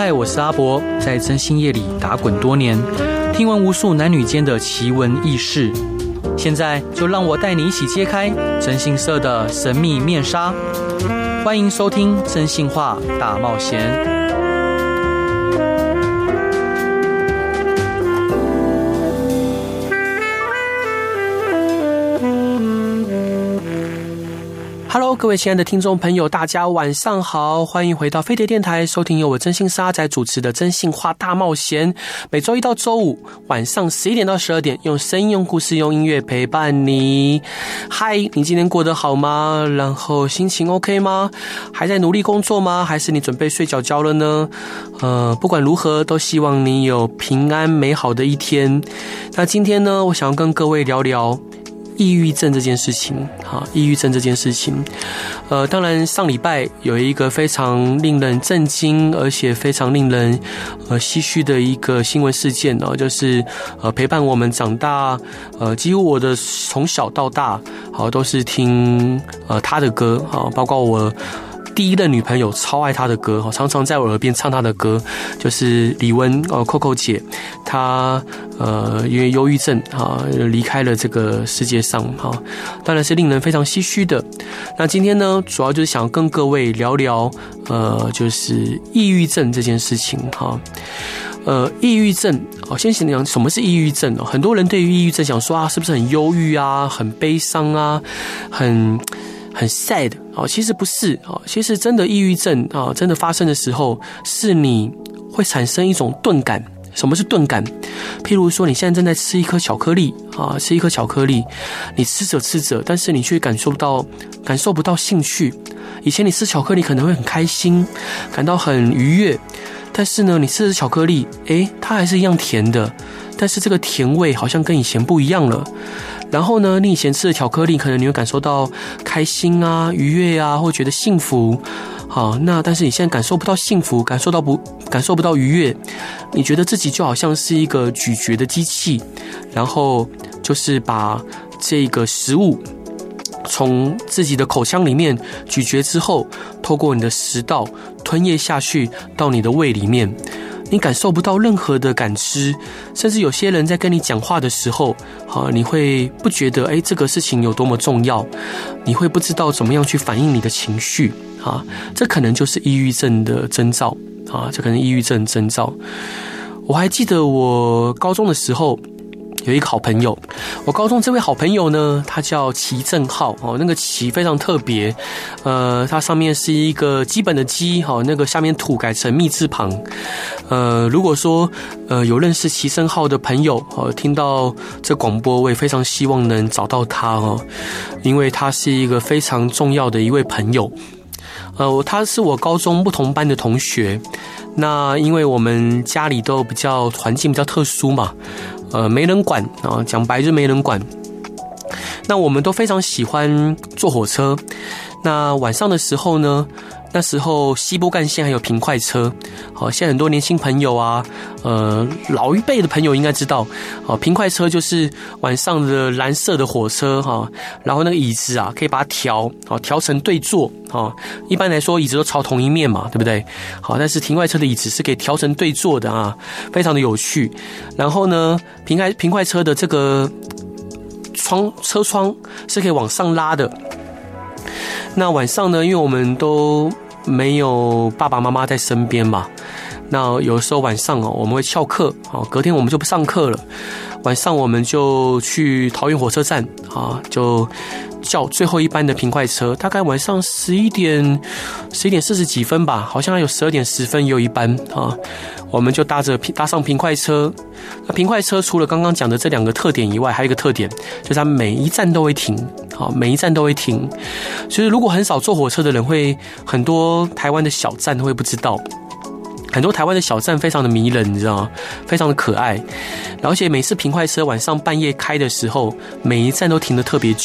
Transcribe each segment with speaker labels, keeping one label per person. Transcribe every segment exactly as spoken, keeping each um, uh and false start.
Speaker 1: 嗨，我是阿伯，在真心夜里打滚多年，听闻无数男女间的奇闻异事。现在就让我带你一起揭开征信社的神秘面纱。欢迎收听《征信话大冒险》。Hello， 各位亲爱的听众朋友，大家晚上好，欢迎回到飞碟电台，收听由我真心是阿仔主持的《真心话大冒险》。每周一到周五晚上十一点到十二点，用声音、用故事、用音乐陪伴你。嗨，你今天过得好吗？然后心情 OK 吗？还在努力工作吗？还是你准备睡觉觉了呢？呃，不管如何，都希望你有平安美好的一天。那今天呢，我想要跟各位聊聊抑郁症这件事情，哈，抑郁症这件事情，呃，当然上礼拜有一个非常令人震惊，而且非常令人呃唏嘘的一个新闻事件哦，就是呃陪伴我们长大，呃，几乎我的从小到大，好都是听呃他的歌，好，包括我第一任女朋友超爱她的歌，常常在我耳边唱她的歌，就是李玟哦 Coco 姐，她呃因为忧郁症啊离开了这个世界上哈，当然是令人非常唏嘘的。那今天呢，主要就是想跟各位聊聊呃就是抑郁症这件事情哈。呃，抑郁症哦，先讲什么是抑郁症哦。很多人对于抑郁症想说啊，是不是很忧郁啊，很悲伤啊，很。很 sad 哦，其实不是哦，其实真的抑郁症啊，真的发生的时候，是你会产生一种钝感。什么是钝感？譬如说，你现在正在吃一颗巧克力啊，吃一颗巧克力，你吃着吃着，但是你却感受不到，感受不到兴趣。以前你吃巧克力可能会很开心，感到很愉悦，但是呢，你吃的巧克力，诶，它还是一样甜的，但是这个甜味好像跟以前不一样了。然后呢，你以前吃的巧克力，可能你会感受到开心啊、愉悦啊，或觉得幸福。好，那但是你现在感受不到幸福，感受到不感受不到愉悦，你觉得自己就好像是一个咀嚼的机器，然后就是把这个食物从自己的口腔里面咀嚼之后，透过你的食道吞咽下去到你的胃里面。你感受不到任何的感知，甚至有些人在跟你讲话的时候，啊，你会不觉得，哎，这个事情有多么重要，你会不知道怎么样去反映你的情绪，啊，这可能就是抑郁症的征兆，啊，这可能抑郁症征兆。我还记得我高中的时候，有一个好朋友，我高中这位好朋友呢，他叫齐正浩哦，那个齐非常特别，呃，它上面是一个基本的基哈，那个下面土改成密字旁，呃，如果说呃有认识齐正浩的朋友哦，听到这广播，我也非常希望能找到他哦，因为他是一个非常重要的一位朋友，呃，他是我高中不同班的同学，那因为我们家里都比较环境比较特殊嘛。呃，没人管啊，讲白就没人管。那我们都非常喜欢坐火车。那晚上的时候呢，那时候西部干线还有平快车。好，现在很多年轻朋友啊，呃，老一辈的朋友应该知道，好，平快车就是晚上的蓝色的火车哈，然后那个椅子啊，可以把它调，好，调成对坐，好，一般来说椅子都朝同一面嘛，对不对？好，但是平快车的椅子是可以调成对坐的啊，非常的有趣。然后呢，平快平快车的这个窗车窗是可以往上拉的。那晚上呢，因为我们都没有爸爸妈妈在身边嘛，那有时候晚上哦，我们会翘课，好，隔天我们就不上课了。晚上我们就去桃园火车站啊，就叫最后一班的平快车，大概晚上十一点十一点四十几分吧，好像还有十二点十分也有一班啊。我们就搭着搭上平快车。那平快车除了刚刚讲的这两个特点以外，还有一个特点，就是它每一站都会停，好，每一站都会停。所以如果很少坐火车的人会，很多台湾的小站会不知道。很多台湾的小站非常的迷人，你知道吗？非常的可爱，而且每次平快车晚上半夜开的时候，每一站都停得特别久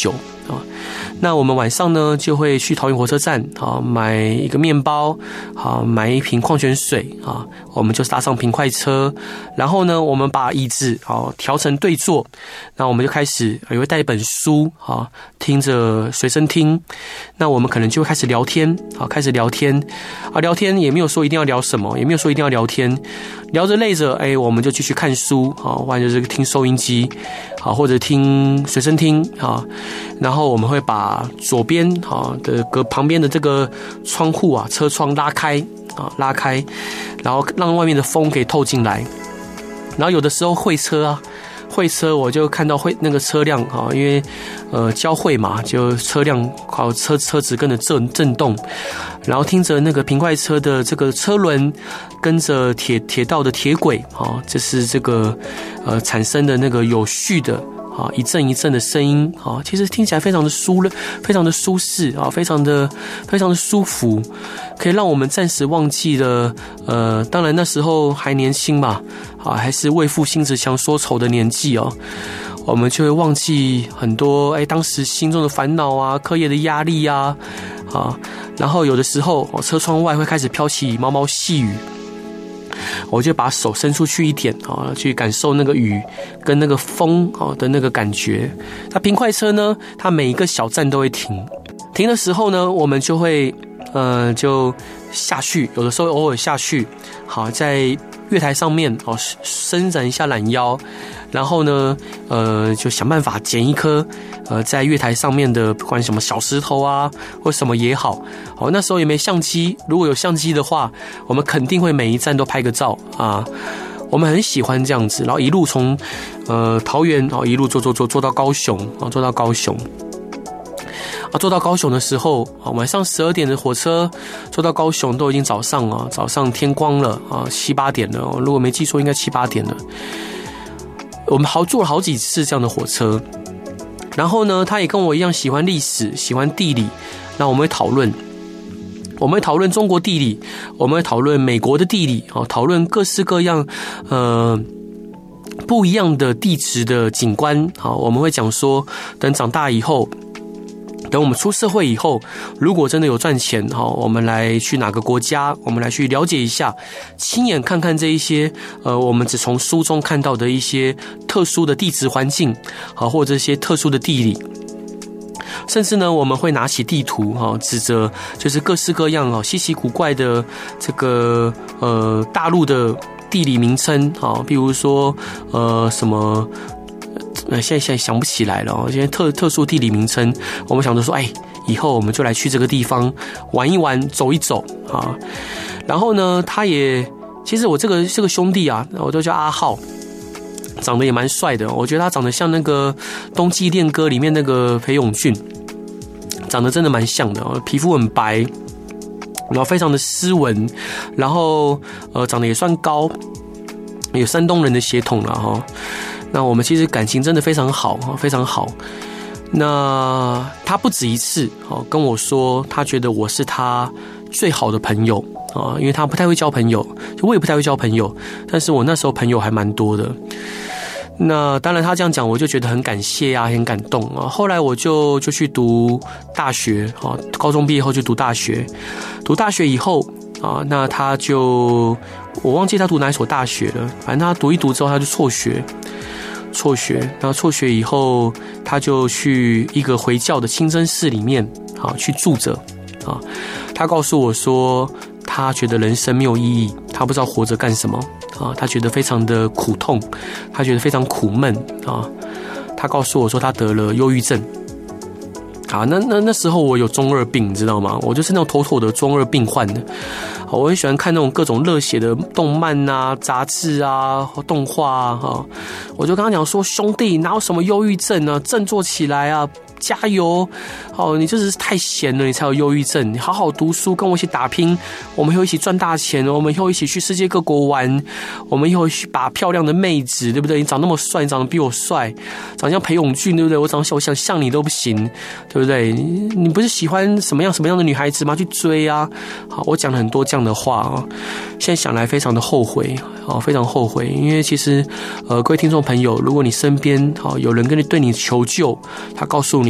Speaker 1: 啊。那我们晚上呢就会去桃园火车站啊，买一个面包，啊，买一瓶矿泉水啊，我们就搭上平快车，然后呢，我们把椅子啊调成对坐，那我们就开始也会带一本书啊，听着随身听，那我们可能就会开始聊天啊，开始聊天啊，聊天也没有说一定要聊什么，也没有说一定要聊天，聊着累着，哎，我们就继续看书啊，或者就是听收音机啊，或者听随身听啊，然后我们会把左边啊的隔旁边的这个窗户啊，车窗拉开啊，拉开，然后让外面的风可以透进来。然后有的时候会车啊，会车我就看到会那个车辆啊，因为呃交汇嘛，就车辆好车车子跟着震震动，然后听着那个平快车的这个车轮跟着铁铁道的铁轨啊，这是这个呃产生的那个有序的。啊，一阵一阵的声音啊，其实听起来非常的舒乐，非常的舒适啊，非常的非常的舒服，可以让我们暂时忘记了呃，当然那时候还年轻嘛，啊，还是为赋新词强说愁的年纪哦，我们就会忘记很多哎，当时心中的烦恼啊，课业的压力啊，啊，然后有的时候车窗外会开始飘起毛毛细雨。我就把手伸出去一点啊，去感受那个雨跟那个风啊的那个感觉。那平快车呢，它每一个小站都会停，停的时候呢，我们就会呃就下去，有的时候偶尔下去，好在月台上面哦伸展一下懒腰，然后呢呃就想办法捡一颗呃在月台上面的不管什么小石头啊或什么也好，好那时候也没相机，如果有相机的话，我们肯定会每一站都拍个照啊。我们很喜欢这样子，然后一路从呃桃园哦一路坐坐坐坐到高雄啊，坐到高雄。啊，坐到高雄的时候啊，晚上十二点的火车坐到高雄都已经早上啊，早上天光了啊，七八点了，如果没记错，应该七八点了。我们好坐了好几次这样的火车，然后呢，他也跟我一样喜欢历史，喜欢地理，那我们会讨论，我们会讨论中国地理，我们会讨论美国的地理啊，讨论各式各样呃。不一样的地质的景观，好，我们会讲说，等长大以后，等我们出社会以后，如果真的有赚钱，好，我们来去哪个国家，我们来去了解一下，亲眼看看这一些，呃，我们只从书中看到的一些特殊的地质环境，好，或者一些特殊的地理。甚至呢，我们会拿起地图哈，指着就是各式各样稀奇古怪的这个呃大陆的地理名称啊，比如说呃什么，呃现在现在想不起来了哦，现在特特殊地理名称，我们想着说，哎，以后我们就来去这个地方玩一玩，走一走啊。然后呢，他也其实我这个这个兄弟啊，我都叫阿浩。长得也蛮帅的，我觉得他长得像那个《冬季恋歌》里面那个裴勇俊，长得真的蛮像的，皮肤很白，然后非常的斯文，然后呃长得也算高，有山东人的血统了哈。那我们其实感情真的非常好，非常好。那他不止一次跟我说，他觉得我是他最好的朋友啊，因为他不太会交朋友，我也不太会交朋友，但是我那时候朋友还蛮多的。那当然他这样讲我就觉得很感谢啊，很感动啊。后来我就就去读大学啊，高中毕业后就读大学，读大学以后啊，那他就我忘记他读哪一所大学了，反正他读一读之后他就辍学，辍学，那辍学以后他就去一个回教的清真寺里面啊去住着啊。他告诉我说，他觉得人生没有意义，他不知道活着干什么啊，他觉得非常的苦痛，他觉得非常苦闷啊。他告诉我说，他得了忧郁症。啊，那那那时候我有中二病，你知道吗？我就是那种妥妥的中二病患的。我很喜欢看那种各种热血的动漫啊、杂志啊、动画啊。哈，我就跟他讲说，兄弟，哪有什么忧郁症啊？振作起来啊！加油！哦，你就是太闲了，你才有忧郁症。你好好读书，跟我一起打拼，我们以后一起赚大钱，我们以后一起去世界各国玩，我们以后去把漂亮的妹子，对不对？你长那么帅，你长得比我帅，长像裴勇俊，对不对？我长得我想像你都不行，对不对？你不是喜欢什么样什么样的女孩子吗？去追啊！好，我讲了很多这样的话啊，现在想来非常的后悔，好，非常后悔，因为其实呃，各位听众朋友，如果你身边好有人跟你对你求救，他告诉你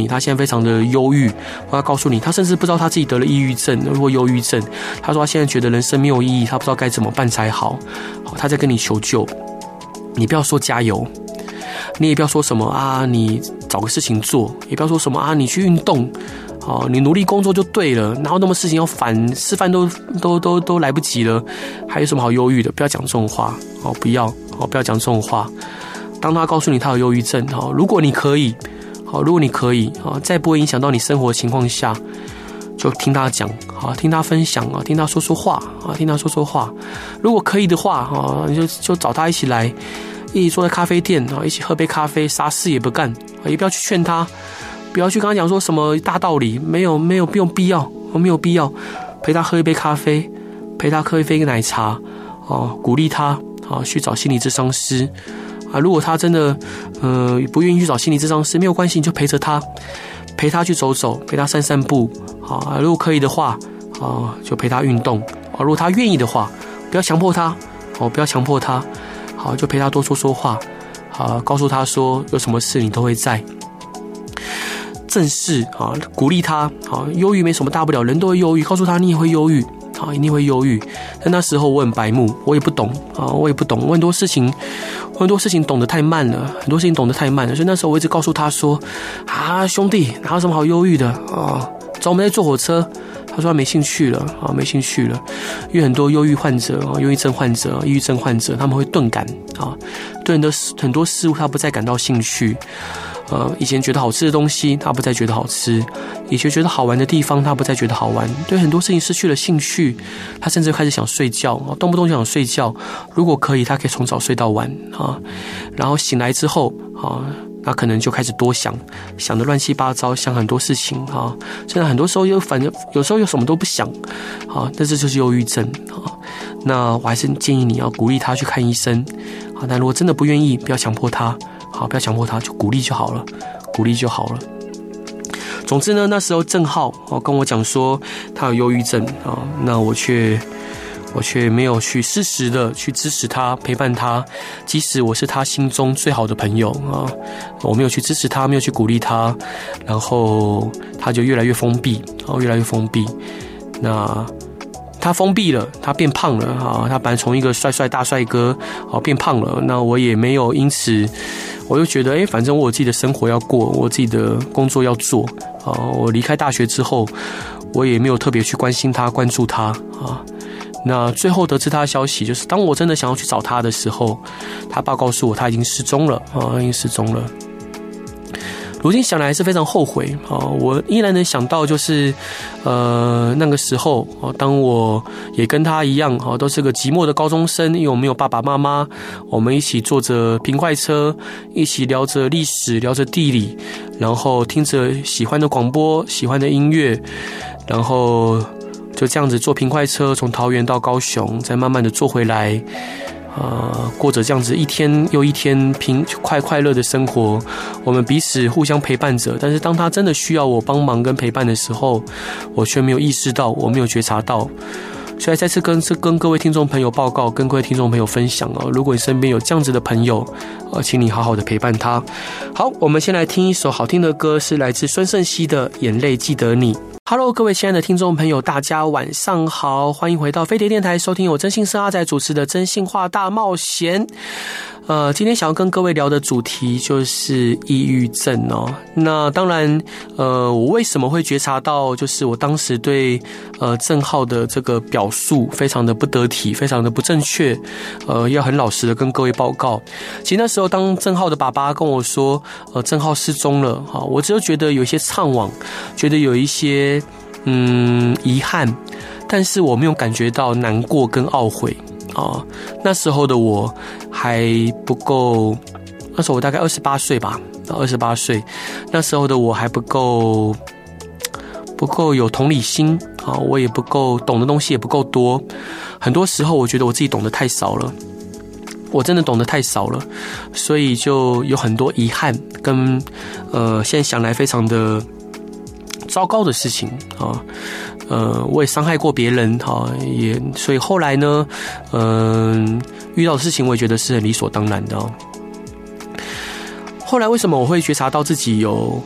Speaker 1: 你他现在非常的忧郁，或他告诉你他甚至不知道他自己得了抑郁症或忧郁症，他说他现在觉得人生没有意义，他不知道该怎么办才好，好，他在跟你求救，你不要说加油，你也不要说什么啊，你找个事情做，也不要说什么啊，你去运动，哦，你努力工作就对了，然后那么事情要烦，吃饭都都都都来不及了，还有什么好忧郁的？不要讲这种话，哦，不要，哦，不要讲这种话。当他告诉你他有忧郁症，哦，如果你可以，好，如果你可以，啊，在不会影响到你生活的情况下，就听他讲，啊，听他分享，啊，听他说说话，啊，听他说说话。如果可以的话，啊，你就就找他一起来，一起坐在咖啡店，啊，一起喝杯咖啡，啥事也不干，啊，也不要去劝他，不要去跟他讲说什么大道理，没有没有没有必要，没有必要，陪他喝一杯咖啡，陪他喝一杯奶茶，啊，鼓励他，啊，去找心理咨商师。啊，如果他真的，呃，不愿意去找心理咨商师，没有关系，你就陪着他，陪他去走走，陪他散散步，啊，如果可以的话，啊，就陪他运动，啊，如果他愿意的话，不要强迫他，哦，不要强迫他，好，就陪他多说说话，啊，告诉他说有什么事你都会在，正视啊，鼓励他，啊，忧郁没什么大不了，人都会忧郁，告诉他你也会忧郁。啊，一定会忧郁。但那时候我很白目，我也不懂啊，我也不懂，我很多事情，我很多事情懂得太慢了，很多事情懂得太慢了。所以那时候我一直告诉他说：“啊，兄弟，哪有什么好忧郁的啊？走，我们再坐火车。”他说他没兴趣了啊，没兴趣了，因为很多忧郁患者啊，忧郁症患者、抑郁症患者，他们会钝感啊，对很多很多事物他不再感到兴趣。呃，以前觉得好吃的东西，他不再觉得好吃；以前觉得好玩的地方，他不再觉得好玩。对很多事情失去了兴趣，他甚至开始想睡觉，动不动就想睡觉。如果可以，他可以从早睡到晚啊。然后醒来之后啊，那可能就开始多想，想的乱七八糟，想很多事情啊。现在很多时候又反正有时候又什么都不想啊，但这就是忧郁症啊。那我还是建议你要鼓励他去看医生啊。但如果真的不愿意，不要强迫他。好，不要强迫他，就鼓励就好了，鼓励就好了。总之呢，那时候郑浩哦跟我讲说他有忧郁症啊，那我却我却没有去适时的去支持他、陪伴他，即使我是他心中最好的朋友啊，我没有去支持他，没有去鼓励他，然后他就越来越封闭，哦，越来越封闭。那他封闭了，他变胖了啊！他本来从一个帅帅大帅哥啊变胖了，那我也没有因此，我就觉得，哎，反正我有自己的生活要过，我自己的工作要做啊。我离开大学之后，我也没有特别去关心他、关注他啊。那最后得知他的消息，就是当我真的想要去找他的时候，他爸告诉我他已经失踪了啊，已经失踪了。如今想来还是非常后悔啊！我依然能想到，就是呃那个时候啊，当我也跟他一样啊，都是个寂寞的高中生，因为我没有爸爸妈妈，我们一起坐着平快车，一起聊着历史，聊着地理，然后听着喜欢的广播、喜欢的音乐，然后就这样子坐平快车从桃园到高雄，再慢慢的坐回来。呃，过着这样子一天又一天平快快乐的生活，我们彼此互相陪伴着。但是当他真的需要我帮忙跟陪伴的时候，我却没有意识到，我没有觉察到。所以再次跟跟各位听众朋友报告，跟各位听众朋友分享哦，如果你身边有这样子的朋友，呃，请你好好的陪伴他。好，我们先来听一首好听的歌，是来自孙盛希的《眼泪记得你》。Hello， 各位亲爱的听众朋友，大家晚上好，欢迎回到飞碟电台，收听我真心是阿仔主持的真心话大冒险。呃，今天想要跟各位聊的主题就是抑郁症哦。那当然，呃，我为什么会觉察到，就是我当时对呃郑浩的这个表述非常的不得体，非常的不正确，呃，要很老实的跟各位报告。其实那时候，当郑浩的爸爸跟我说，呃，郑浩失踪了，哈，我只有觉得有一些怅惘，觉得有一些嗯遗憾，但是我没有感觉到难过跟懊悔。啊，那时候的我还不够，那时候我大概二十八岁吧，二十八岁，那时候的我还不够，不够有同理心啊，我也不够懂的东西也不够多，很多时候我觉得我自己懂得太少了，我真的懂得太少了，所以就有很多遗憾跟呃，现在想来非常的糟糕的事情啊。呃，我也伤害过别人，哈，也所以后来呢，嗯、呃，遇到的事情我也觉得是很理所当然的哦。后来为什么我会觉察到自己有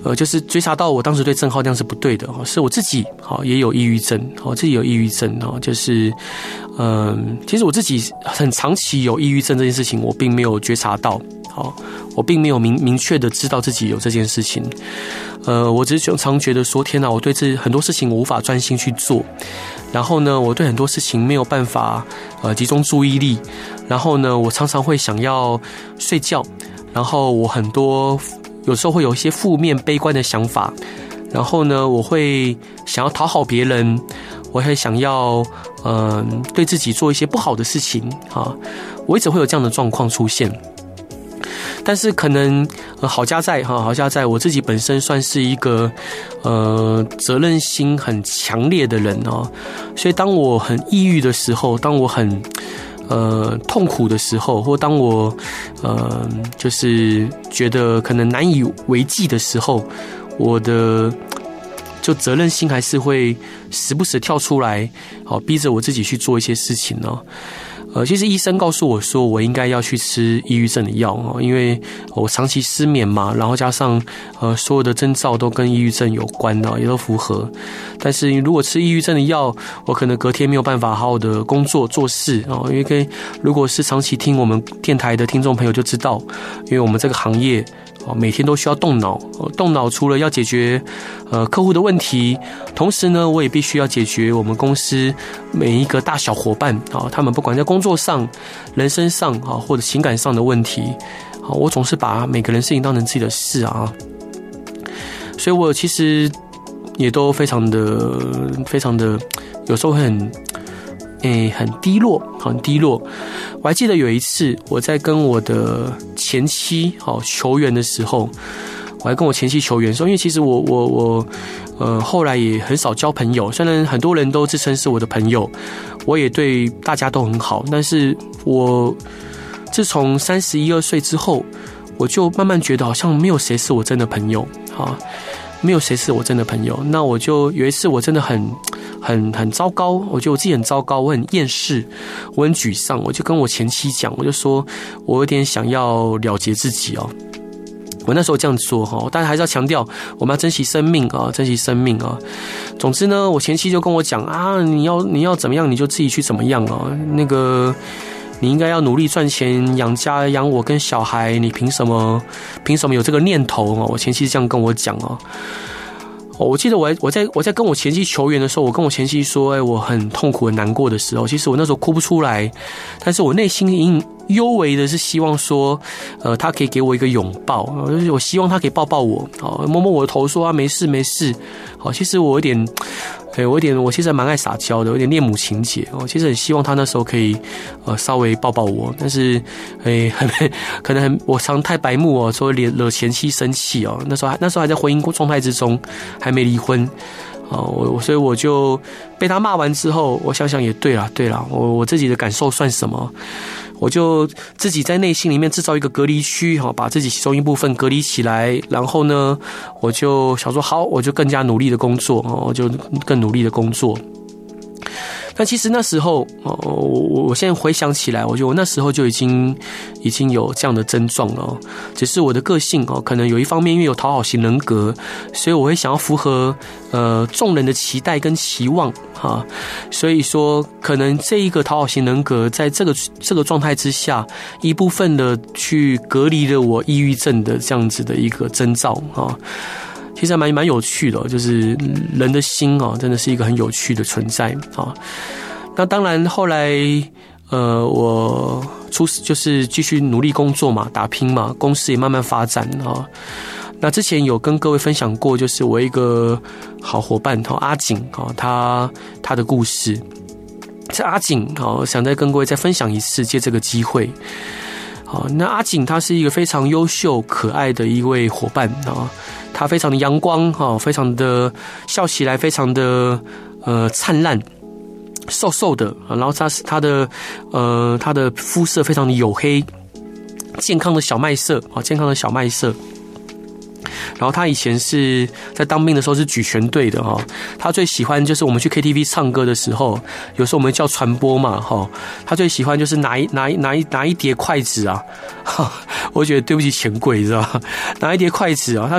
Speaker 1: 呃，就是追查到我当时对郑浩那样是不对的哦，是我自己好也有抑郁症哦，自己有抑郁症哦，就是嗯、呃，其实我自己很长期有抑郁症这件事情，我并没有觉察到，好，我并没有明明确的知道自己有这件事情，呃，我只是常觉得说，天哪，我对这很多事情我无法专心去做，然后呢，我对很多事情没有办法呃集中注意力，然后呢，我常常会想要睡觉，然后我很多。有时候会有一些负面悲观的想法，然后呢，我会想要讨好别人，我会想要嗯、呃、对自己做一些不好的事情啊，我一直会有这样的状况出现。但是可能、呃、好家在哈，好家在我自己本身算是一个呃责任心很强烈的人哦，所以当我很抑郁的时候，当我很呃，痛苦的时候，或当我呃，就是觉得可能难以为继的时候，我的就责任心还是会时不时跳出来，好逼着我自己去做一些事情呢。呃，其实医生告诉我说，我应该要去吃抑郁症的药哦，因为我长期失眠嘛，然后加上呃所有的征兆都跟抑郁症有关的，也都符合。但是如果吃抑郁症的药，我可能隔天没有办法好好的工作做事哦，因为跟如果是长期听我们电台的听众朋友就知道，因为我们这个行业。每天都需要动脑，动脑除了要解决呃客户的问题，同时呢，我也必须要解决我们公司每一个大小伙伴啊，他们不管在工作上、人生上啊，或者情感上的问题，啊，我总是把每个人事情当成自己的事啊，所以我其实也都非常的、非常的，有时候会很。诶，很低落，很低落。我还记得有一次，我在跟我的前妻好求援的时候，我还跟我前妻求援说，因为其实我我我呃后来也很少交朋友，虽然很多人都自称是我的朋友，我也对大家都很好，但是我自从三十一二岁之后，我就慢慢觉得好像没有谁是我真的朋友啊，没有谁是我真的朋友。那我就有一次我真的很。很很糟糕，我觉得我自己很糟糕，我很厌世，我很沮丧，我就跟我前妻讲，我就说我有点想要了结自己哦。我那时候这样说哈，但还是要强调，我们要珍惜生命啊，珍惜生命啊。总之呢，我前妻就跟我讲啊，你要你要怎么样，你就自己去怎么样啊。那个你应该要努力赚钱养家养我跟小孩，你凭什么凭什么有这个念头啊？我前妻这样跟我讲啊。我记得我我在我在跟我前妻求援的时候，我跟我前妻说，哎，我很痛苦、很难过的时候，其实我那时候哭不出来，但是我内心隐幽微的是希望说，呃，他可以给我一个拥抱，就是我希望他可以抱抱我，哦，摸摸我的头，说啊，没事没事。好，其实我有点，哎，我有点，我其实蛮爱撒娇的，有点恋母情节。我其实很希望他那时候可以，呃，稍微抱抱我，但是，哎，很可能很我常太白目哦，说惹惹前妻生气哦。那时候还那时候还在婚姻状态之中，还没离婚。啊，我所以我就被他骂完之后，我想想也对啦，对啦，我我自己的感受算什么？我就自己在内心里面制造一个隔离区，哈，把自己其中一部分隔离起来，然后呢，我就想说好，我就更加努力的工作，我就更努力的工作。但其实那时候，我我我现在回想起来，我觉得我那时候就已经已经有这样的症状了。只是我的个性哦，可能有一方面因为有讨好型人格，所以我会想要符合呃众人的期待跟期望哈。所以说，可能这一个讨好型人格在这个这个状态之下，一部分的去隔离了我抑郁症的这样子的一个征兆啊。其实还蛮蛮有趣的，就是人的心哦，真的是一个很有趣的存在啊。那当然，后来呃，我出就是继续努力工作嘛，打拼嘛，公司也慢慢发展啊。那之前有跟各位分享过，就是我一个好伙伴哈阿景啊，他他的故事。这阿景啊，想再跟各位再分享一次，借这个机会。好，那阿景他是一个非常优秀、可爱的一位伙伴啊。他非常的阳光哈，非常的笑起来非常的呃灿烂，瘦瘦的，然后他是他的呃他的肤色非常的黝黑，健康的小麦色啊，健康的小麦色。然后他以前是在当兵的时候是举拳队的哈，他最喜欢就是我们去 K T V 唱歌的时候，有时候我们叫传播嘛哈，他最喜欢就是拿一拿一拿一拿一叠筷子啊，我觉得对不起钱柜，知道吗？拿一叠筷子啊，他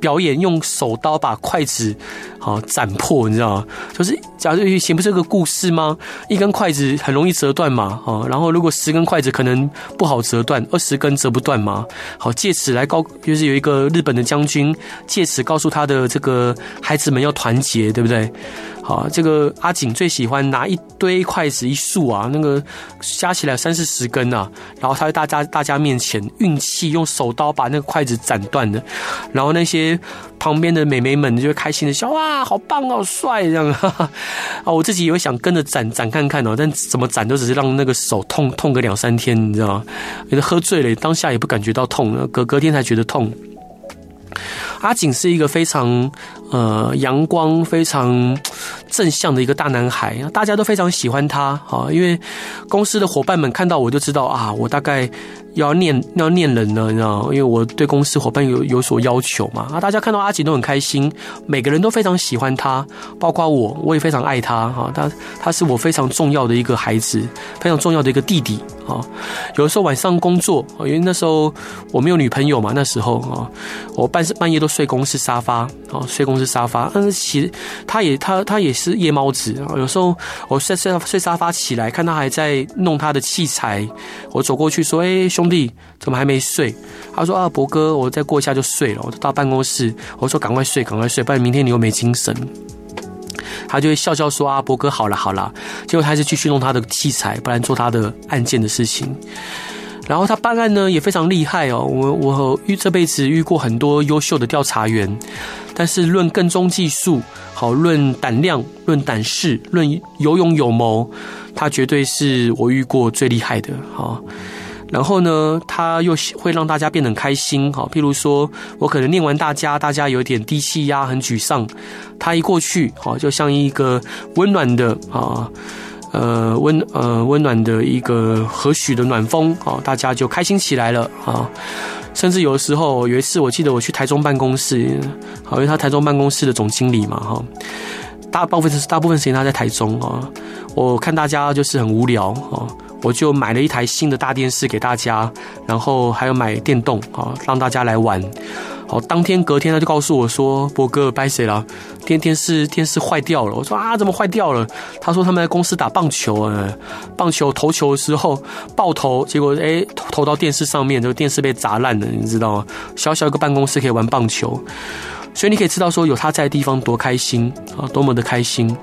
Speaker 1: 表演用手刀把筷子好斩破，你知道吗？就是假如以前不是有个故事吗？一根筷子很容易折断嘛，哦，然后如果十根筷子可能不好折断，二十根折不断嘛。好，借此来告，就是有一个日本的将军借此告诉他的这个孩子们要团结，对不对？好，这个阿景最喜欢拿一堆筷子一束啊，那个加起来三四十根啊，然后他在大家大家面前运气用手刀把那个筷子斩断了，然后那些旁边的美眉们就会开心的笑，哇，好棒，好帅，这样哈哈啊，我自己也会想跟着斩斩看看哦，但怎么斩都只是让那个手痛痛个两三天，你知道吗？有的喝醉了，当下也不感觉到痛，隔隔天才觉得痛。阿景是一个非常呃阳光、非常正向的一个大男孩，大家都非常喜欢他啊。因为公司的伙伴们看到我就知道啊，我大概要念要念人了，你知道，因为我对公司伙伴有有所要求嘛。啊，大家看到阿景都很开心，每个人都非常喜欢他，包括我，我也非常爱他哈。他他是我非常重要的一个孩子，非常重要的一个弟弟啊。有的时候晚上工作，因为那时候我没有女朋友嘛，那时候啊，我半半夜都睡公司沙发啊，睡公司沙发。但是其实他也他他也是夜猫子啊。有时候我睡睡睡沙发起来，看他还在弄他的器材，我走过去说：“哎、欸，兄弟，怎么还没睡？”他说：“啊，博哥，我再过一下就睡了。”我到办公室，我说：“赶快睡，赶快睡，不然明天你又没精神。”他就会笑笑说：“啊，博哥，好啦好啦。”结果他还是继续弄他的器材，不然做他的案件的事情。然后他办案呢也非常厉害哦，我我遇这辈子遇过很多优秀的调查员，但是论跟踪技术，好论胆量、论胆识、论有勇有谋，他绝对是我遇过最厉害的。好，然后呢，他又会让大家变得很开心。好，譬如说我可能念完大家，大家有点低气压、很沮丧，他一过去，好，就像一个温暖的啊。呃温呃温暖的一个和煦的暖风啊，大家就开心起来了啊。甚至有的时候，有一次我记得我去台中办公室，好，因为他台中办公室的总经理嘛哈，大部分大部分时间他在台中啊。我看大家就是很无聊啊，我就买了一台新的大电视给大家，然后还有买电动啊，让大家来玩。好，当天隔天他就告诉我说：“博哥，拍谁了？电电视电视坏掉了。”我说：“啊，怎么坏掉了？”他说他们在公司打棒球，呃，棒球投球的时候爆头，结果哎投投到电视上面，这个电视被砸烂了，你知道吗？小小一个办公室可以玩棒球，所以你可以知道说有他在的地方多开心啊，多么的开心。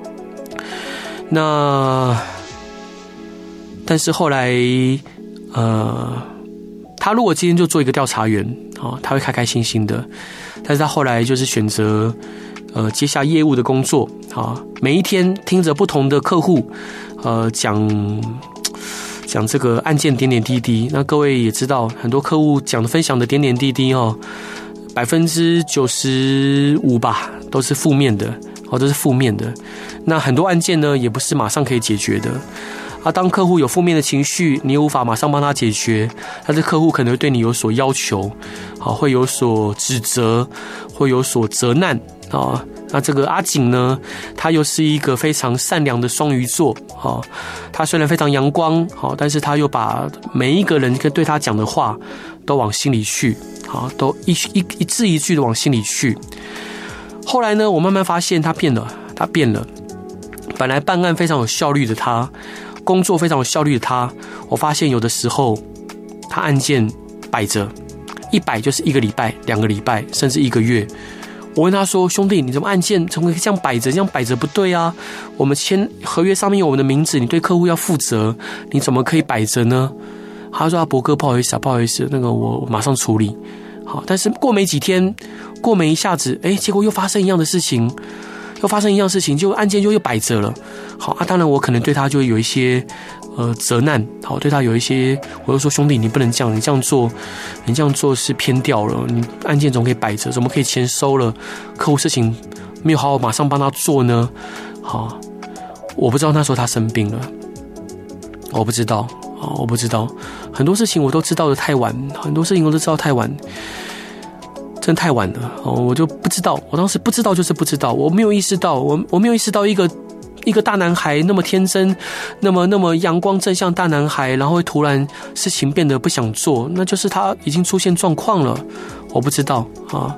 Speaker 1: 那但是后来，呃。他如果今天就做一个调查员啊，他会开开心心的。但是他后来就是选择呃接下业务的工作啊，每一天听着不同的客户呃讲讲这个案件点点滴滴。那各位也知道，很多客户讲的分享的点点滴滴哦，百分之九十五吧都是负面的哦，都是负面的。那很多案件呢，也不是马上可以解决的。啊，当客户有负面的情绪，你也无法马上帮他解决，但是客户可能会对你有所要求，好，会有所指责，会有所责难啊。那这个阿景呢，他又是一个非常善良的双鱼座，好，他虽然非常阳光，好，但是他又把每一个人跟对他讲的话都往心里去，好，都一一一字一句的往心里去。后来呢，我慢慢发现他变了，他变了。本来办案非常有效率的他。工作非常有效率的他，我发现有的时候他案件摆着，一摆就是一个礼拜、两个礼拜，甚至一个月。我问他说：“兄弟，你怎么案件怎么可以这样摆着？这样摆着不对啊！我们签合约上面有我们的名字，你对客户要负责，你怎么可以摆着呢？”他说：“啊，博哥，不好意思啊，不好意思，那个我马上处理。”好，但是过没几天，过没一下子，哎，结果又发生一样的事情。又发生一样事情，就案件就又摆着了。好啊，当然我可能对他就会有一些呃责难，好，对他有一些，我就说兄弟，你不能这样，你这样做，你这样做是偏掉了。你案件总可以摆着，怎么可以钱收了，客户事情没有好好马上帮他做呢？好，我不知道那时候他生病了，我不知道，哦，我不知道，很多事情我都知道的太晚，很多事情我都知道太晚。真的太晚了哦，我就不知道，我当时不知道就是不知道，我没有意识到，我我没有意识到一个一个大男孩那么天真，那么那么阳光正向大男孩，然后会突然事情变得不想做，那就是他已经出现状况了，我不知道啊，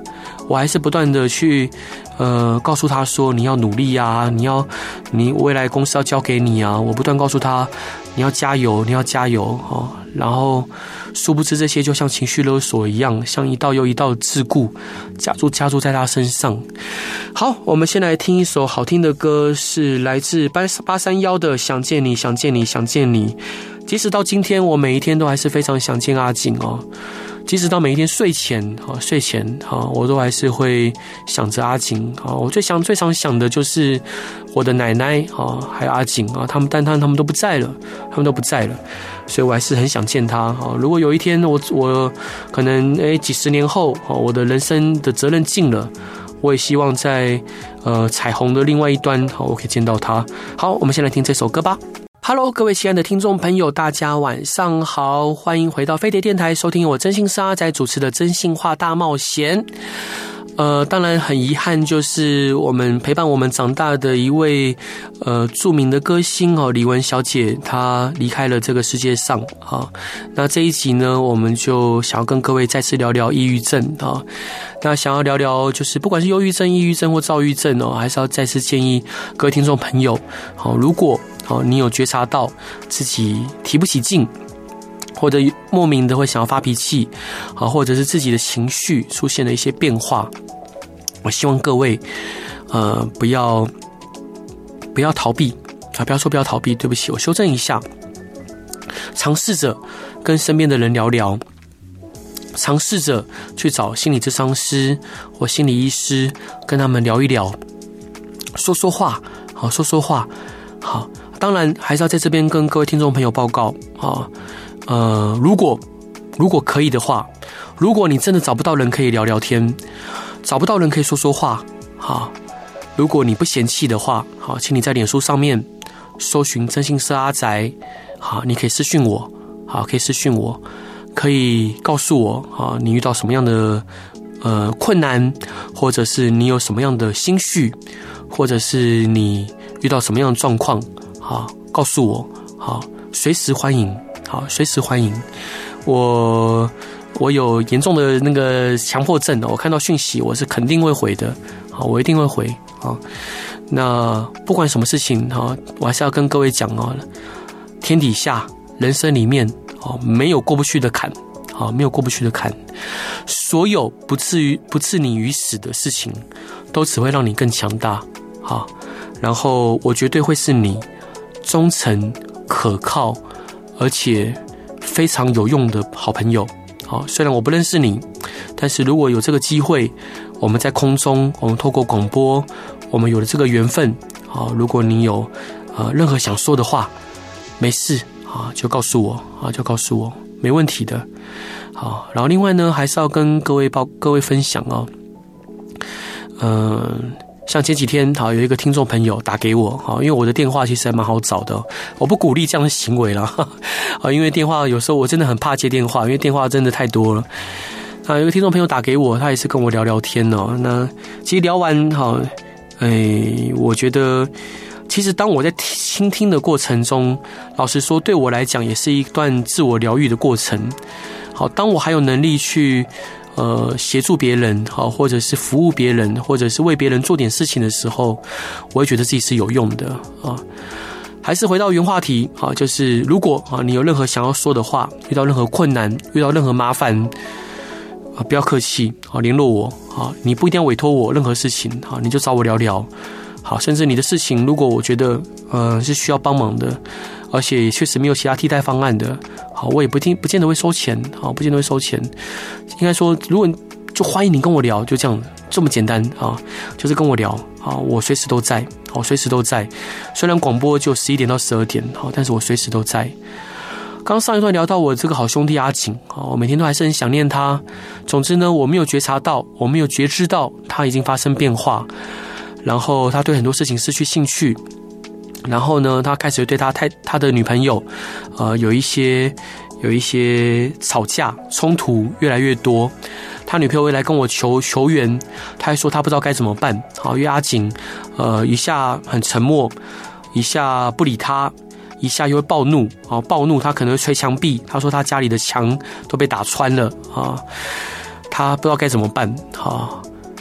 Speaker 1: 我还是不断的去呃告诉他说你要努力啊，你要你未来公司要交给你啊，我不断告诉他你要加油，你要加油哦。然后殊不知这些就像情绪勒索一样，像一道又一道的桎梏加注加注在他身上。好，我们先来听一首好听的歌，是来自八三一的想见你想见你想见你。即使到今天我每一天都还是非常想见阿景哦，即使到每一天睡前啊睡前啊，我都还是会想着阿景啊。我最想最常想的就是我的奶奶啊，还有阿景啊，他们但他们他们都不在了，他们都不在了，所以我还是很想见他啊。如果有一天我我可能诶几十年后啊，我的人生的责任尽了，我也希望在呃彩虹的另外一端好，我可以见到他。好，我们先来听这首歌吧。Hello， 各位亲爱的听众朋友，大家晚上好，欢迎回到飞碟电台，收听我真心是阿仔主持的真心话大冒险。呃，当然很遗憾，就是我们陪伴我们长大的一位呃著名的歌星哦，李玟小姐，她离开了这个世界上啊。那这一集呢，我们就想要跟各位再次聊聊抑郁症啊。那想要聊聊，就是不管是忧郁症、抑郁症或躁郁症哦，还是要再次建议各位听众朋友，好，如果好你有觉察到自己提不起劲，或者莫名的会想要发脾气，啊，或者是自己的情绪出现了一些变化，我希望各位，呃，不要不要逃避啊，不要说不要逃避，对不起，我修正一下，尝试着跟身边的人聊聊，尝试着去找心理咨商师或心理医师，跟他们聊一聊，说说话，好，说说话，好，当然还是要在这边跟各位听众朋友报告啊。呃，如果如果可以的话，如果你真的找不到人可以聊聊天，找不到人可以说说话，好，如果你不嫌弃的话，好，请你在脸书上面搜寻真心是阿宅，好，你可以私讯我，好，可以私讯我，可以告诉我，好，你遇到什么样的呃困难，或者是你有什么样的心绪，或者是你遇到什么样的状况，好，告诉我，好，随时欢迎。好，随时欢迎。我我有严重的那个强迫症，我看到讯息我是肯定会回的。好，我一定会回。好，那不管什么事情，好，我还是要跟各位讲哦，天底下人生里面，好，没有过不去的坎，好，没有过不去的坎。所有不至于不置你于死的事情，都只会让你更强大。好，然后我绝对会是你忠诚可靠而且非常有用的好朋友。好，虽然我不认识你，但是如果有这个机会，我们在空中，我们透过广播，我们有了这个缘分。好，如果你有呃任何想说的话，没事啊，就告诉我啊，就告诉我，没问题的。好，然后另外呢，还是要跟各位报各位分享哦，嗯、呃。像前几天好有一个听众朋友打给我，好，因为我的电话其实还蛮好找的，我不鼓励这样的行为啦，啊，因为电话有时候我真的很怕接电话，因为电话真的太多了。啊，有一个听众朋友打给我，他也是跟我聊聊天哦。那其实聊完好，哎，我觉得其实当我在倾听的过程中，老实说，对我来讲也是一段自我疗愈的过程。好，当我还有能力去。呃，协助别人，好，或者是服务别人，或者是为别人做点事情的时候，我会觉得自己是有用的啊。还是回到原话题，好，就是如果啊你有任何想要说的话，遇到任何困难，遇到任何麻烦，啊，不要客气，好，联络我，好，你不一定要委托我任何事情，好，你就找我聊聊，好，甚至你的事情，如果我觉得呃是需要帮忙的，而且确实没有其他替代方案的，好，我也不听不见得会收钱，好，不见得会收钱。应该说，如果就欢迎你跟我聊，就这样这么简单啊，就是跟我聊啊，我随时都在，好，随时都在。虽然广播就十一点到十二点，好，但是我随时都在。刚上一段聊到我这个好兄弟阿景，好，我每天都还是很想念他。总之呢，我没有觉察到，我没有觉知到他已经发生变化，然后他对很多事情失去兴趣。然后呢，他开始对他太他的女朋友，呃，有一些有一些吵架冲突越来越多。他女朋友会来跟我求求援，他还说他不知道该怎么办。好，因为阿景，呃，一下很沉默，一下不理他，一下又会暴怒。好，暴怒他可能会捶墙壁。他说他家里的墙都被打穿了啊，他不知道该怎么办。好，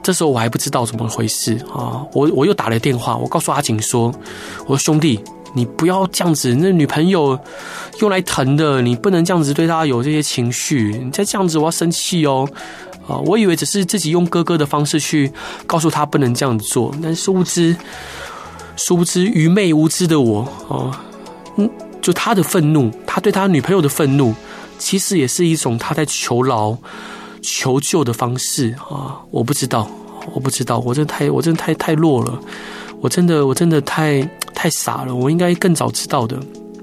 Speaker 1: 这时候我还不知道怎么回事啊，我我又打了电话，我告诉阿景说，我说兄弟，你不要这样子，那女朋友用来疼的，你不能这样子对她有这些情绪，你再这样子我要生气哦。啊，我以为只是自己用哥哥的方式去告诉她不能这样做，但殊不知，殊不知愚昧无知的我啊，嗯，就他的愤怒，他对他女朋友的愤怒，其实也是一种他在求饶、求救的方式啊！我不知道，我不知道，我真的太，我真的太太弱了，我真的，我真的太太傻了，我应该更早知道的。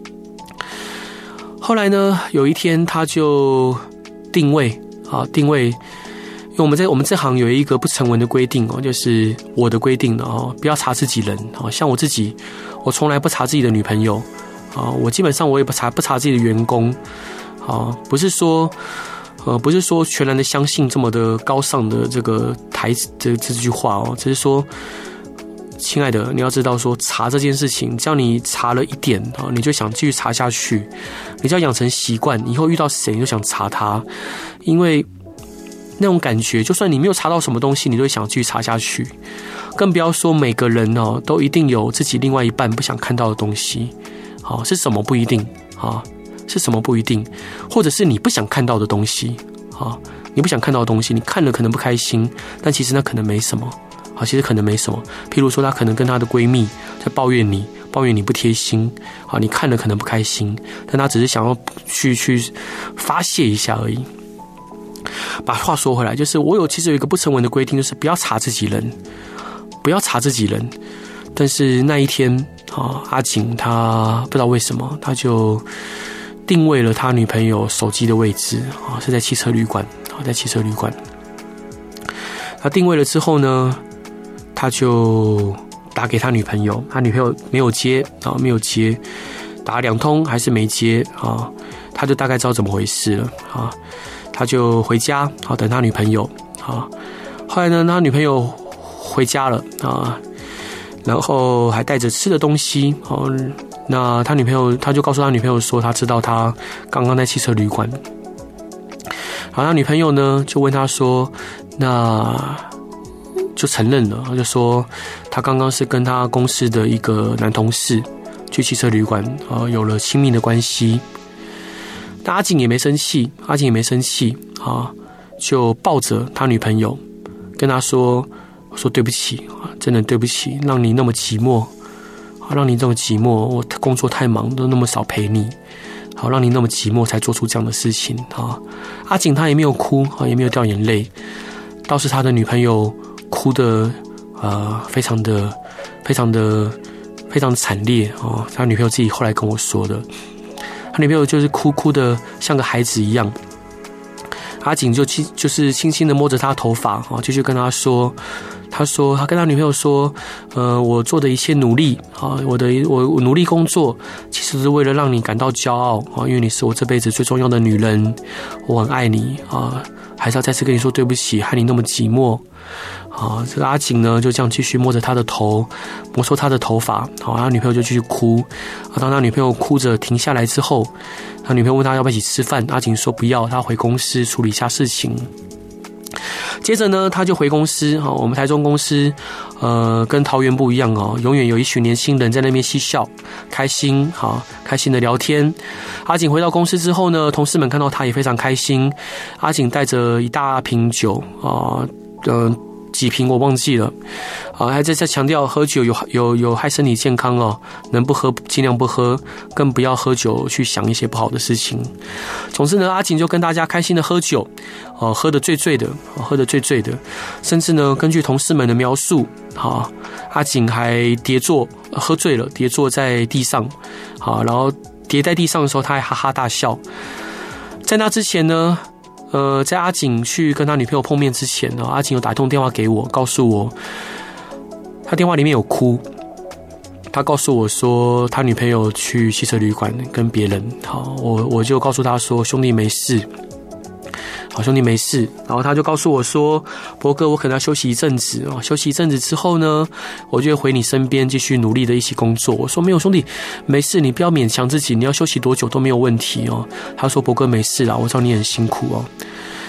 Speaker 1: 后来呢，有一天他就定位啊，定位。因为我们在我们这行有一个不成文的规定哦，就是我的规定哦，不要查自己人哦。像我自己，我从来不查自己的女朋友啊，我基本上我也不查不查自己的员工啊，不是说呃不是说全然的相信这么的高尚的这个台词这这句话哦，只是说，亲爱的，你要知道说查这件事情，只要你查了一点啊，你就想继续查下去，你就要养成习惯，以后遇到谁你就想查他，因为。那种感觉，就算你没有查到什么东西，你都会想继续查下去。更不要说每个人哦，都一定有自己另外一半不想看到的东西。好，是什么不一定啊？是什么不一定？或者是你不想看到的东西啊？你不想看到的东西，你看了可能不开心，但其实那可能没什么。好，其实可能没什么。譬如说，她可能跟她的闺蜜在抱怨你，抱怨你不贴心。好，你看了可能不开心，但她只是想要去去发泄一下而已。把话说回来，就是我有其实有一个不成文的规定，就是不要查自己人，不要查自己人。但是那一天啊，阿景他不知道为什么，他就定位了他女朋友手机的位置啊，是在汽车旅馆啊，在汽车旅馆。他定位了之后呢，他就打给他女朋友，他女朋友没有接啊，没有接，打两通还是没接啊，他就大概知道怎么回事了啊。他就回家，好等他女朋友啊。后来呢，他女朋友回家了啊，然后还带着吃的东西。哦，那他女朋友，他就告诉他女朋友说，他知道他刚刚在汽车旅馆。然后他女朋友呢，就问他说，那就承认了，就说他刚刚是跟他公司的一个男同事去汽车旅馆啊，有了亲密的关系。但阿景也没生气，阿景也没生气啊，就抱着他女朋友，跟他说：“说对不起啊，真的对不起，让你那么寂寞，啊，让你这么寂寞，我工作太忙，都那么少陪你，好，让你那么寂寞才做出这样的事情啊。”阿景他也没有哭啊，也没有掉眼泪，倒是他的女朋友哭得呃非常的、非常的、非常的惨烈啊。他女朋友自己后来跟我说的。他女朋友就是哭哭的像个孩子一样，阿景就轻就是轻轻的摸着他头发啊，就去跟他说，他说他跟他女朋友说，呃，我做的一切努力啊，我的我我努力工作，其实是为了让你感到骄傲啊，因为你是我这辈子最重要的女人，我很爱你啊，还是要再次跟你说对不起，害你那么寂寞。啊，这个阿景呢，就这样继续摸着他的头，摸索他的头发。好，他女朋友就继续哭。啊，当他女朋友哭着停下来之后，他女朋友问他要不要一起吃饭，阿景说不要，他回公司处理一下事情。接着呢，他就回公司。啊，我们台中公司，呃，跟桃园不一样哦，永远有一群年轻人在那边嬉笑、开心，好，开心的聊天。阿景回到公司之后呢，同事们看到他也非常开心。阿景带着一大瓶酒啊，嗯、呃。几瓶我忘记了，啊，还在在强调喝酒有有有害身体健康哦，能不喝尽量不喝，更不要喝酒去想一些不好的事情。总之呢，阿景就跟大家开心的喝酒，哦、呃，喝得醉醉的，哦、喝得醉醉的，甚至呢，根据同事们的描述，啊，阿景还跌坐，喝醉了，跌坐在地上，啊，然后跌在地上的时候，他还哈哈大笑。在那之前呢。呃，在阿景去跟他女朋友碰面之前呢，阿景有打一通电话给我，告诉我他电话里面有哭。他告诉我说，他女朋友去汽车旅馆跟别人。好，我我就告诉他说，兄弟没事，好兄弟没事。然后他就告诉我说，博哥，我可能要休息一阵子哦，休息一阵子之后呢，我就会回你身边继续努力的一起工作。我说没有兄弟，没事，你不要勉强自己，你要休息多久都没有问题哦。他说博哥没事啦，我知道你很辛苦哦。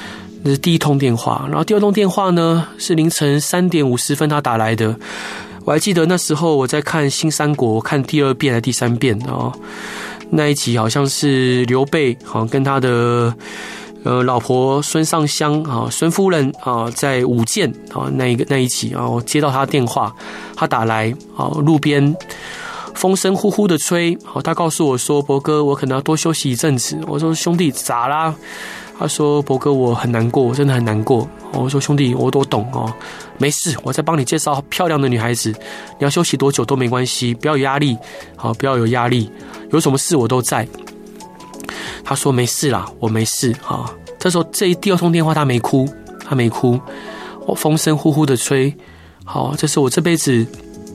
Speaker 1: 这是第一通电话。然后第二通电话呢，是凌晨三点五十分他打来的。我还记得那时候我在看《新三国》，我看第二遍还是第三遍哦。那一集好像是刘备好跟他的呃老婆孙尚香啊孙夫人啊在舞剑啊那一个那一集啊，我接到他的电话，他打来啊，路边风声呼呼的吹，好，他告诉我说：“伯哥，我可能要多休息一阵子。”我说：“兄弟，咋啦？”他说：“伯哥，我很难过，我真的很难过。”我说：“兄弟，我都懂哦，没事，我再帮你介绍漂亮的女孩子，你要休息多久都没关系，不要有压力，好，不要有压力，有什么事我都在。”他说：“没事啦，我没事。”哈，这时候这第二通电话他没哭，他没哭，我风声呼呼的吹，好，这是我这辈子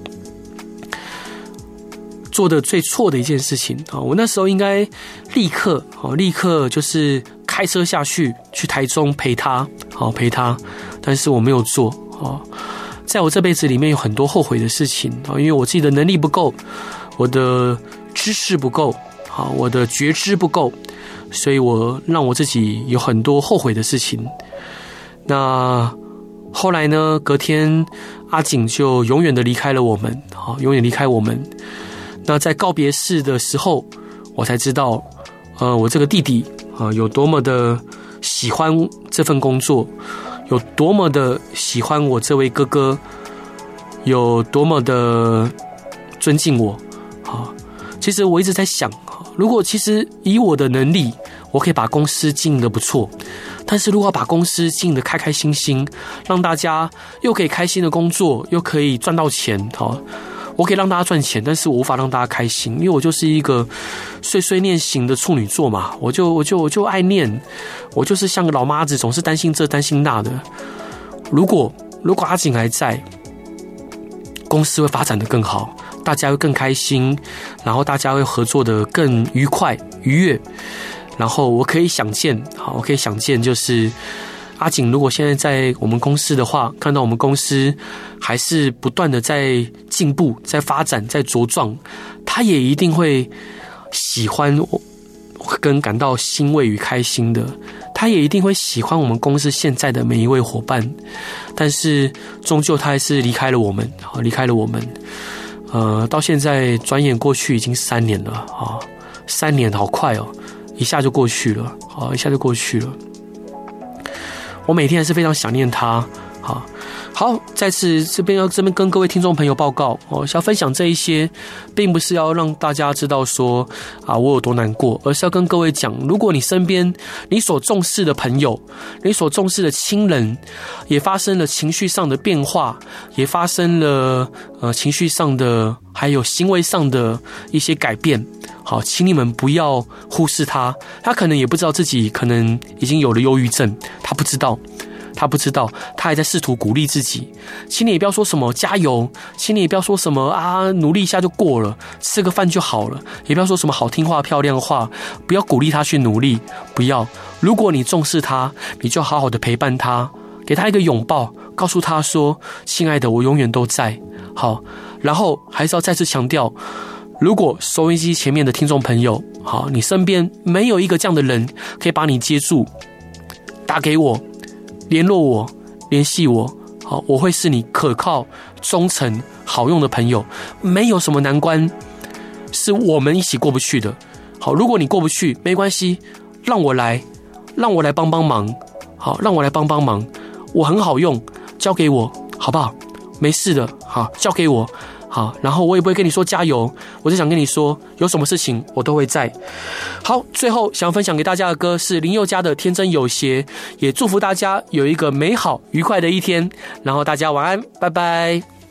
Speaker 1: 做的最错的一件事情啊！我那时候应该立刻哦，立刻就是开车下去去台中陪他，好陪他，但是我没有做哦。在我这辈子里面有很多后悔的事情啊，因为我自己的能力不够，我的知识不够，好，我的觉知不够，所以我让我自己有很多后悔的事情。那后来呢？隔天阿景就永远的离开了我们，好，永远离开我们。那在告别式的时候，我才知道，呃，我这个弟弟啊、呃，有多么的喜欢这份工作，有多么的喜欢我这位哥哥，有多么的尊敬我。啊，其实我一直在想，如果其实以我的能力，我可以把公司经营得不错，但是如果要把公司经营得开开心心，让大家又可以开心的工作，又可以赚到钱，好。我可以让大家赚钱，但是我无法让大家开心，因为我就是一个碎碎念型的处女座嘛，我就我就我就爱念，我就是像个老妈子，总是担心这担心那的。如果如果阿景还在，公司会发展得更好，大家会更开心，然后大家会合作得更愉快愉悦，然后我可以想见，好，我可以想见就是。阿景如果现在在我们公司的话，看到我们公司还是不断的在进步、在发展、在茁壮，他也一定会喜欢我，跟感到欣慰与开心的。他也一定会喜欢我们公司现在的每一位伙伴，但是终究他还是离开了我们，离开了我们。呃，到现在转眼过去已经三年了啊，三年好快哦，一下就过去了，啊，一下就过去了。我每天还是非常想念他，好，好，在此这边要这边跟各位听众朋友报告哦，想要分享这一些，并不是要让大家知道说啊我有多难过，而是要跟各位讲，如果你身边你所重视的朋友，你所重视的亲人，也发生了情绪上的变化，也发生了呃情绪上的还有行为上的一些改变。好，请你们不要忽视他，他可能也不知道自己可能已经有了忧郁症，他不知道，他不知道，他还在试图鼓励自己。请你也不要说什么加油，请你也不要说什么啊努力一下就过了，吃个饭就好了，也不要说什么好听话漂亮话，不要鼓励他去努力，不要。如果你重视他，你就好好的陪伴他，给他一个拥抱，告诉他说：“亲爱的，我永远都在。”好，然后还是要再次强调。如果收音机前面的听众朋友，好，你身边没有一个这样的人可以把你接住，打给我，联络我，联系我，好，我会是你可靠、忠诚、好用的朋友。没有什么难关是我们一起过不去的。好，如果你过不去，没关系，让我来，让我来帮帮忙。好，让我来帮帮忙，我很好用，交给我，好不好？没事的，好，交给我。好，然后我也不会跟你说加油，我就想跟你说，有什么事情我都会在。好，最后想要分享给大家的歌是林宥嘉的《天真有邪》，也祝福大家有一个美好愉快的一天，然后大家晚安，拜拜。